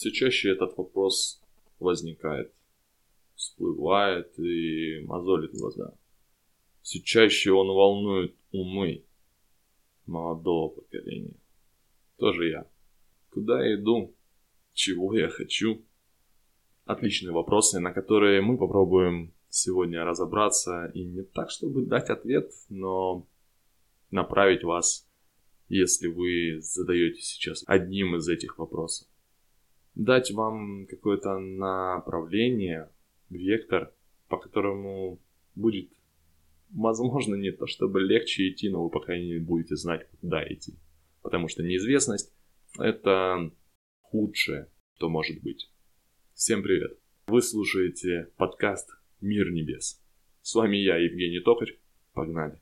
Все чаще этот вопрос возникает, всплывает и мозолит глаза. Все чаще он волнует умы молодого поколения. Тоже я. Куда я иду? Чего я хочу? Отличные вопросы, на которые мы попробуем сегодня разобраться. И не так, чтобы дать ответ, но направить вас, если вы задаете сейчас одним из этих вопросов. Дать вам какое-то направление, вектор, по которому будет, возможно, не то чтобы легче идти, но вы, по крайней мере, будете знать, куда идти. Потому что неизвестность – это худшее, что может быть. Всем привет! Вы слушаете подкаст «Мир небес». С вами я, Евгений Токарь. Погнали!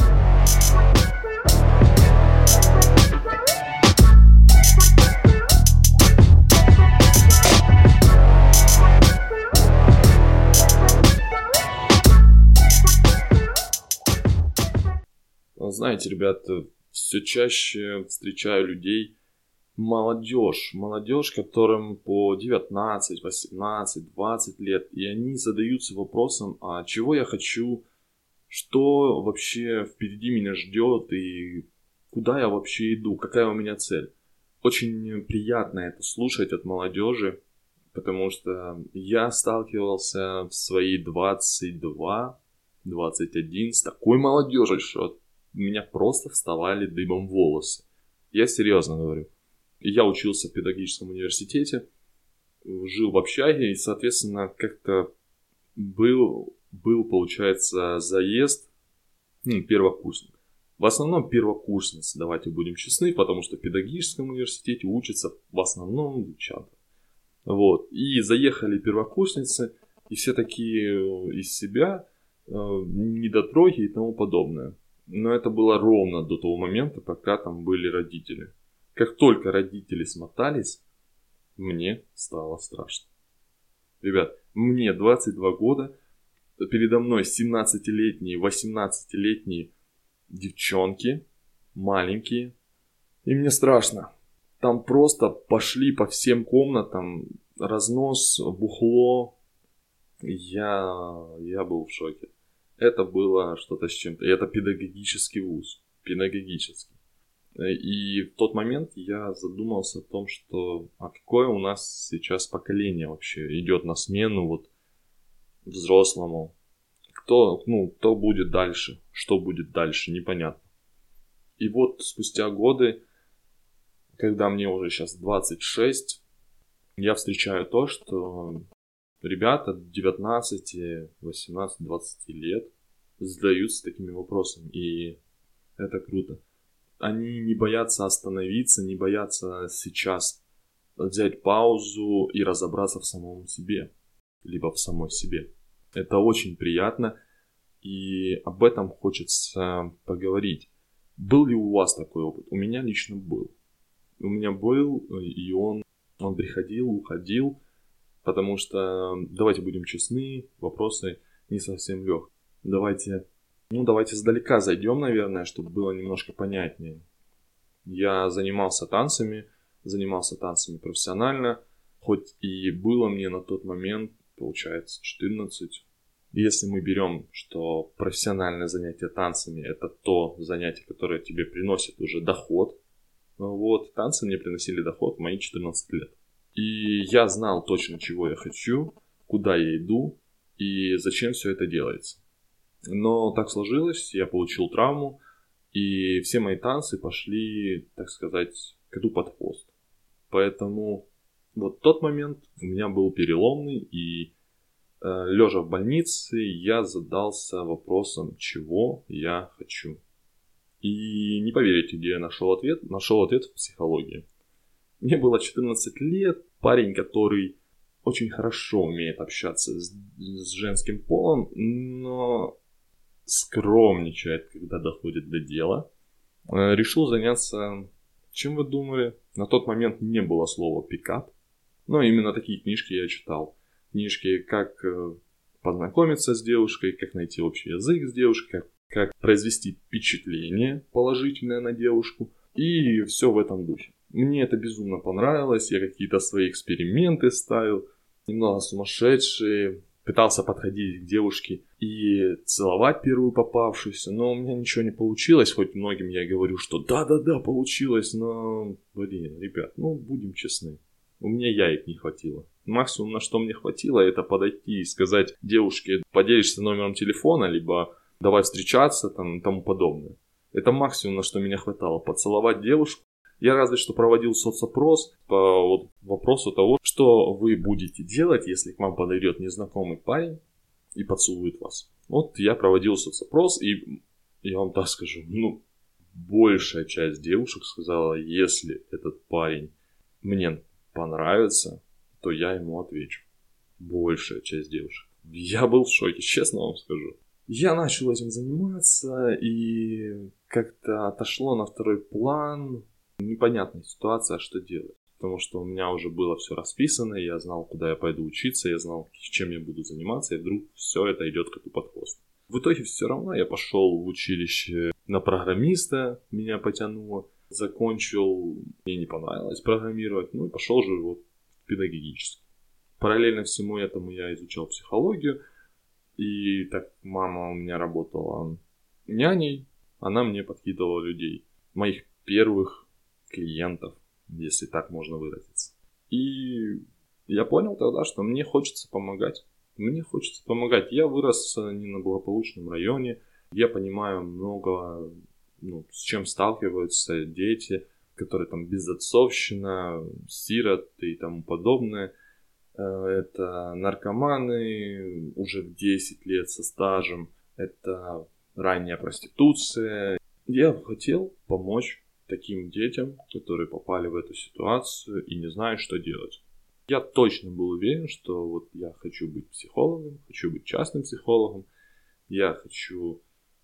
Знаете, ребята, все чаще встречаю людей, молодежь, которым по 19, 18, 20 лет, и они задаются вопросом, а чего я хочу, что вообще впереди меня ждет и куда я вообще иду, какая у меня цель. Очень приятно это слушать от молодежи, потому что я сталкивался в свои 22, 21 с такой молодежью, что у меня просто вставали дыбом волосы. Я серьезно говорю. Я учился в педагогическом университете, жил в общаге и, соответственно, как-то был получается, заезд первокурсник. В основном первокурсницы, давайте будем честны, потому что в педагогическом университете учатся в основном девчата. Вот. И заехали первокурсницы, и все такие из себя, недотроги и тому подобное. Но это было ровно до того момента, пока там были родители. Как только родители смотались, мне стало страшно. Ребят, мне 22 года, передо мной 17-летние, 18-летние девчонки, маленькие, и мне страшно. Там просто пошли по всем комнатам, разнос, бухло. Я был в шоке. Это было что-то с чем-то. И это педагогический вуз. Педагогический. И в тот момент я задумался о том, что какое у нас сейчас поколение вообще идет на смену вот взрослому. Кто будет дальше, что будет дальше, непонятно. И вот спустя годы, когда мне уже сейчас 26, я встречаю то, что ребята 19, 18, 20 лет задаются такими вопросами. И это круто. Они не боятся остановиться, не боятся сейчас взять паузу и разобраться в самом себе, либо в самой себе. Это очень приятно, и об этом хочется поговорить. Был ли у вас такой опыт? У меня лично был. У меня был, и он приходил, уходил, потому что, давайте будем честны, вопросы не совсем легкие. Давайте сдалека зайдем, наверное, чтобы было немножко понятнее. Я занимался танцами профессионально, хоть и было мне на тот момент, получается, 14. Если мы берем, что профессиональное занятие танцами – это то занятие, которое тебе приносит уже доход, вот, танцы мне приносили доход в мои 14 лет. И я знал точно, чего я хочу, куда я иду и зачем все это делается. Но так сложилось, я получил травму, и все мои танцы пошли, так сказать, коту под хвост. Поэтому вот тот момент у меня был переломный, и лежа в больнице, я задался вопросом, чего я хочу. И не поверите, где я нашел ответ. Нашел ответ в психологии. Мне было 14 лет, парень, который очень хорошо умеет общаться с женским полом, но скромничает, когда доходит до дела. Решил заняться, чем вы думали? На тот момент не было слова пикап, но именно такие книжки я читал. Книжки, как познакомиться с девушкой, как найти общий язык с девушкой, как произвести впечатление положительное на девушку и все в этом духе. Мне это безумно понравилось, я какие-то свои эксперименты ставил, немного сумасшедшие, пытался подходить к девушке и целовать первую попавшуюся, но у меня ничего не получилось, хоть многим я говорю, что да-да-да, получилось, но, блин, ребят, будем честны, у меня яиц не хватило. Максимум, на что мне хватило, это подойти и сказать девушке, поделишься номером телефона, либо давай встречаться, там, и тому подобное. Это максимум, на что меня хватало, поцеловать девушку. Я разве что проводил соцопрос по вопросу того, что вы будете делать, если к вам подойдет незнакомый парень и поцелует вас. Вот я проводил соцопрос, и я вам так скажу, большая часть девушек сказала, если этот парень мне понравится, то я ему отвечу. Большая часть девушек. Я был в шоке, честно вам скажу. Я начал этим заниматься, и как-то отошло на второй план. Непонятная ситуация, что делать. Потому что у меня уже было все расписано, я знал, куда я пойду учиться, я знал, чем я буду заниматься, и вдруг все это идет коту под хвост. В итоге все равно я пошел в училище на программиста, меня потянуло. Закончил, мне не понравилось программировать, и пошел же в педагогический. Параллельно всему этому я изучал психологию, и так мама у меня работала няней, она мне подкидывала людей, моих первых клиентов, если так можно выразиться. И я понял тогда, что мне хочется помогать. Я вырос не на благополучном районе. Я понимаю много, с чем сталкиваются дети, которые там безотцовщина, сироты и тому подобное. Это наркоманы уже в 10 лет со стажем. Это ранняя проституция. Я хотел помочь таким детям, которые попали в эту ситуацию и не знают, что делать. Я точно был уверен, что я хочу быть психологом, хочу быть частным психологом. Я хочу,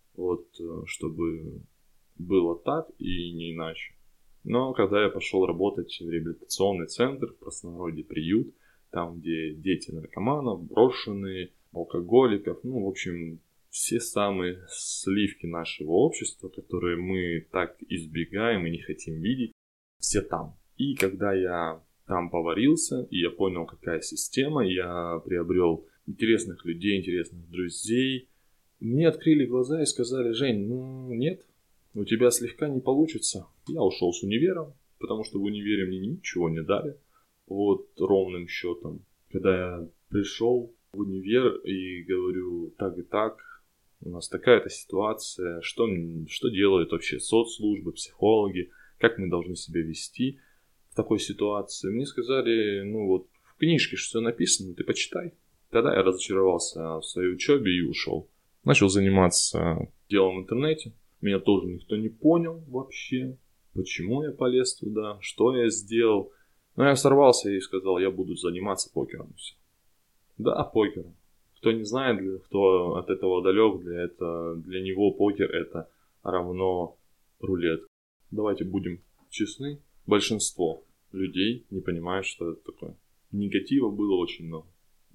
чтобы было так и не иначе. Но когда я пошел работать в реабилитационный центр, в простонародье приют, там, где дети наркоманов, брошенные, алкоголиков, в общем, все самые сливки нашего общества, которые мы так избегаем и не хотим видеть, все там. И когда я там поварился, и я понял, какая система, я приобрел интересных людей, интересных друзей, мне открыли глаза и сказали: Жень, нет, у тебя слегка не получится. Я ушел с универа, потому что в универе мне ничего не дали, ровным счетом. Когда я пришел в универ и говорю: так и так, у нас такая-то ситуация, что делают вообще соцслужбы, психологи, как мы должны себя вести в такой ситуации. Мне сказали: в книжке все написано, ты почитай. Тогда я разочаровался в своей учебе и ушел. Начал заниматься делом в интернете. Меня тоже никто не понял вообще, почему я полез туда, что я сделал. Но я сорвался и сказал: я буду заниматься покером. Все. Да, покером. Кто не знает, кто от этого далек, для него покер это равно рулет. Давайте будем честны. Большинство людей не понимают, что это такое. Негатива было очень много.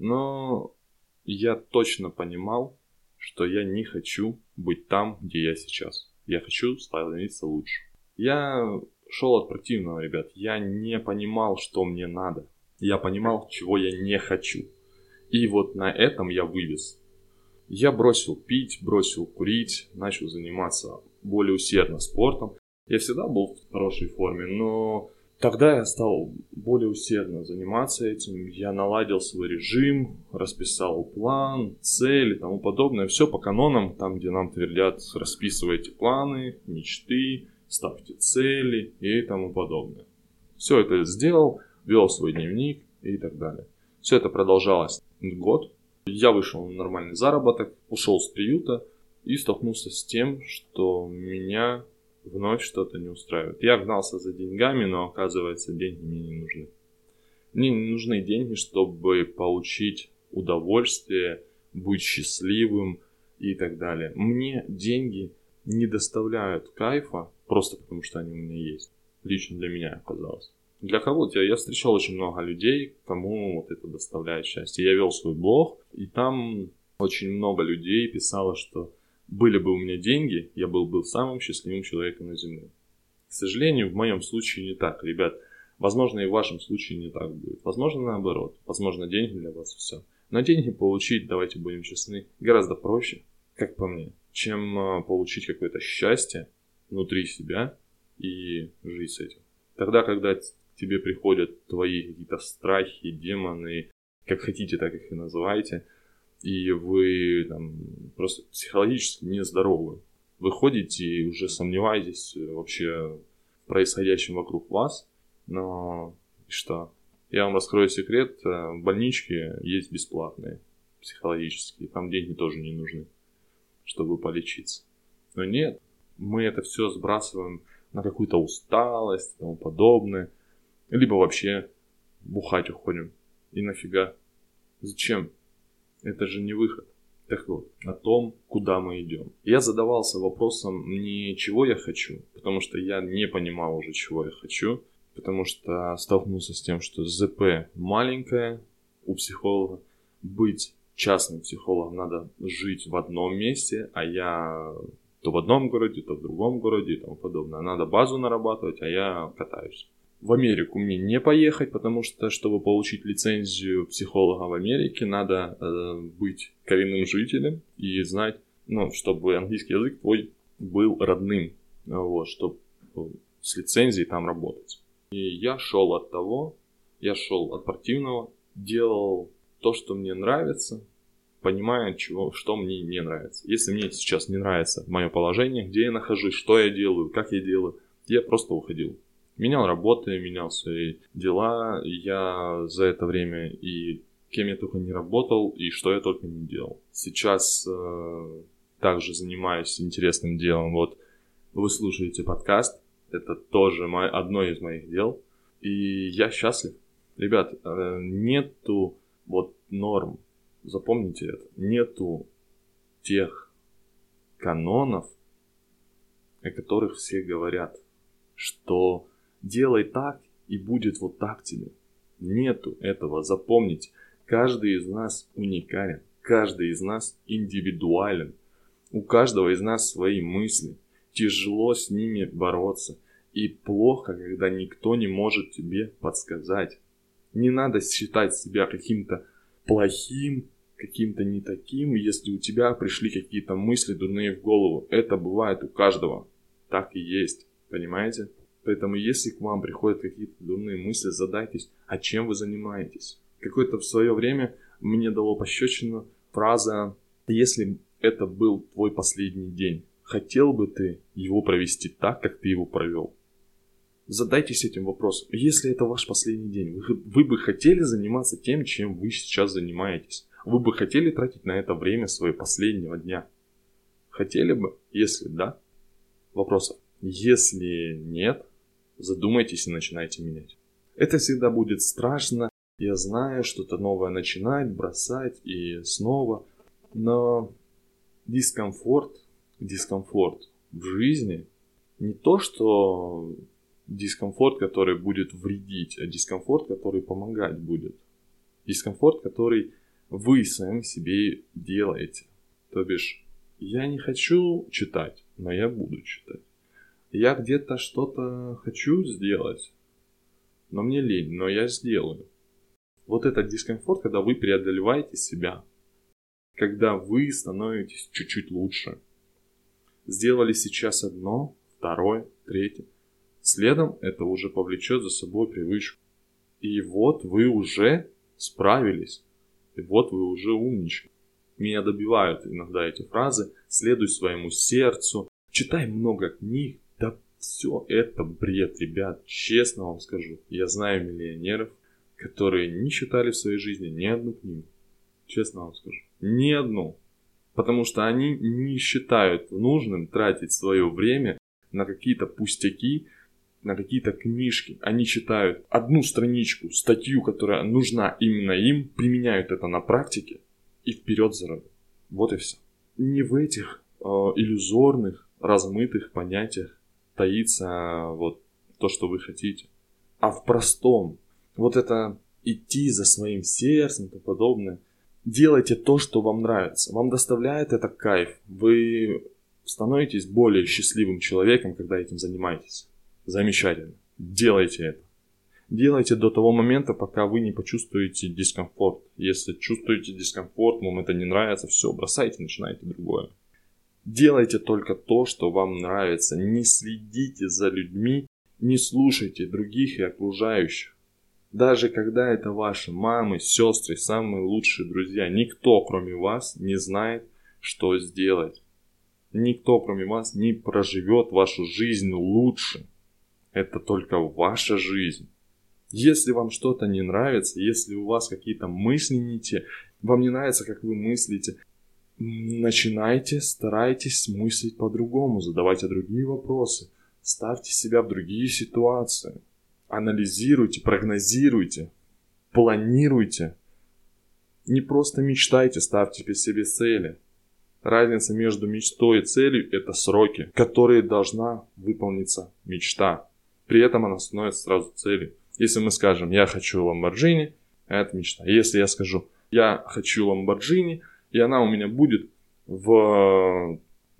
Но я точно понимал, что я не хочу быть там, где я сейчас. Я хочу становиться лучше. Я шел от противного, ребят. Я не понимал, что мне надо. Я понимал, чего я не хочу. И на этом я вывез. Я бросил пить, бросил курить, начал заниматься более усердно спортом. Я всегда был в хорошей форме, но тогда я стал более усердно заниматься этим. Я наладил свой режим, расписал план, цели и тому подобное. Все по канонам, там, где нам твердят: расписывайте планы, мечты, ставьте цели и тому подобное. Все это сделал, вел свой дневник и так далее. Все это продолжалось год. Я вышел на нормальный заработок, ушел с приюта и столкнулся с тем, что меня вновь что-то не устраивает. Я гнался за деньгами, но оказывается, деньги мне не нужны. Мне не нужны деньги, чтобы получить удовольствие, быть счастливым и так далее. Мне деньги не доставляют кайфа просто потому, что они у меня есть. Лично для меня оказалось. Для кого-то я встречал очень много людей, кому это доставляет счастье. Я вел свой блог, и там очень много людей писало, что были бы у меня деньги, я был бы самым счастливым человеком на земле. К сожалению, в моем случае не так, ребят. Возможно, и в вашем случае не так будет. Возможно, наоборот. Возможно, деньги для вас все. Но деньги получить, давайте будем честны, гораздо проще, как по мне, чем получить какое-то счастье внутри себя и жить с этим. Тогда, когда к тебе приходят твои какие-то страхи, демоны, как хотите, так их и называйте, и вы там просто психологически нездоровы, вы ходите и уже сомневаетесь вообще в происходящем вокруг вас, но что? Я вам раскрою секрет, больнички есть бесплатные, психологические, там деньги тоже не нужны, чтобы полечиться. Но нет, мы это все сбрасываем на какую-то усталость и тому подобное, либо вообще бухать уходим. И нафига? Зачем? Это же не выход. Так вот, о том, куда мы идем. Я задавался вопросом не чего я хочу, потому что я не понимал уже, чего я хочу, потому что столкнулся с тем, что ЗП маленькое у психолога, быть частным психологом надо жить в одном месте, а я то в одном городе, то в другом городе и тому подобное. Надо базу нарабатывать, а я катаюсь. В Америку мне не поехать, потому что, чтобы получить лицензию психолога в Америке, надо быть коренным жителем и знать, чтобы английский язык твой был родным, чтобы с лицензией там работать. И я шел от противного, делал то, что мне нравится, понимая, что мне не нравится. Если мне сейчас не нравится мое положение, где я нахожусь, что я делаю, как я делаю, я просто уходил. Менял работы, менял свои дела. Я за это время и кем я только не работал, и что я только не делал. Сейчас также занимаюсь интересным делом. Вот вы слушаете подкаст. Это тоже одно из моих дел. И я счастлив. Ребят, нету норм. Запомните это. Нету тех канонов, о которых все говорят, что делай так, и будет вот так тебе. Нету этого, запомните. Каждый из нас уникален. Каждый из нас индивидуален. У каждого из нас свои мысли. Тяжело с ними бороться. И плохо, когда никто не может тебе подсказать. Не надо считать себя каким-то плохим, каким-то не таким, если у тебя пришли какие-то мысли дурные в голову. Это бывает у каждого. Так и есть. Понимаете? Поэтому если к вам приходят какие-то дурные мысли, задайтесь, а чем вы занимаетесь. Какое-то в свое время мне дало пощечину фраза: если это был твой последний день, хотел бы ты его провести так, как ты его провел? Задайтесь этим вопросом. Если это ваш последний день, вы бы хотели заниматься тем, чем вы сейчас занимаетесь? Вы бы хотели тратить на это время своего последнего дня? Хотели бы? Если да, вопросов. Если нет, задумайтесь и начинайте менять. Это всегда будет страшно. Я знаю, что-то новое начинать, бросать и снова. Но дискомфорт в жизни не то, что дискомфорт, который будет вредить, а дискомфорт, который помогать будет. Дискомфорт, который вы самим себе делаете. То бишь, я не хочу читать, но я буду читать. Я где-то что-то хочу сделать, но мне лень, но я сделаю. Вот этот дискомфорт, когда вы преодолеваете себя, когда вы становитесь чуть-чуть лучше. Сделали сейчас одно, второе, третье. Следом это уже повлечет за собой привычку. И вот вы уже справились. И вот вы уже умничаете. Меня добивают иногда эти фразы: следуй своему сердцу, читай много книг. Да все это бред, ребят. Честно вам скажу. Я знаю миллионеров, которые не читали в своей жизни ни одну книгу. Честно вам скажу. Ни одну. Потому что они не считают нужным тратить свое время на какие-то пустяки, на какие-то книжки. Они читают одну страничку, статью, которая нужна именно им, применяют это на практике и вперед за работу. Вот и все. Не в этих иллюзорных, размытых понятиях таится вот то, что вы хотите, а в простом. Вот это идти за своим сердцем и тому подобное. Делайте то, что вам нравится. Вам доставляет это кайф. Вы становитесь более счастливым человеком, когда этим занимаетесь. Замечательно. Делайте это. Делайте до того момента, пока вы не почувствуете дискомфорт. Если чувствуете дискомфорт, вам это не нравится, все, бросайте, начинайте другое. Делайте только то, что вам нравится. Не следите за людьми, не слушайте других и окружающих. Даже когда это ваши мамы, сестры, самые лучшие друзья, никто, кроме вас, не знает, что сделать. Никто, кроме вас, не проживет вашу жизнь лучше. Это только ваша жизнь. Если вам что-то не нравится, если у вас какие-то мысли не те, вам не нравится, как вы мыслите, начинайте, старайтесь мыслить по-другому, задавайте другие вопросы, ставьте себя в другие ситуации, анализируйте, прогнозируйте, планируйте. Не просто мечтайте, ставьте себе цели. Разница между мечтой и целью – это сроки, которые должна выполниться мечта. При этом она становится сразу целью. Если мы скажем «я хочу Lamborghini», это мечта. Если я скажу «я хочу Lamborghini», и она у меня будет в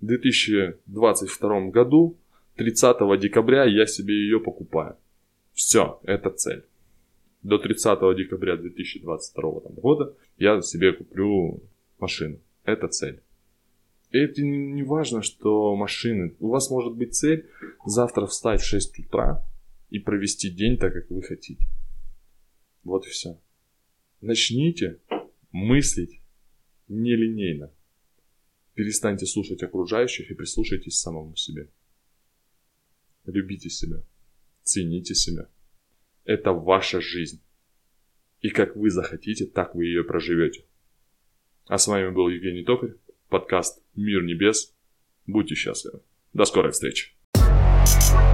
2022 году, 30 декабря я себе ее покупаю. Все, это цель. До 30 декабря 2022 года я себе куплю машину. Это цель. И это не важно, что машины. У вас может быть цель завтра встать в 6 утра и провести день так, как вы хотите. Вот и все. Начните мыслить нелинейно. Перестаньте слушать окружающих и прислушайтесь к самому себе. Любите себя. Цените себя. Это ваша жизнь. И как вы захотите, так вы ее проживете. А с вами был Евгений Токарь. Подкаст «Мир небес». Будьте счастливы. До скорой встречи.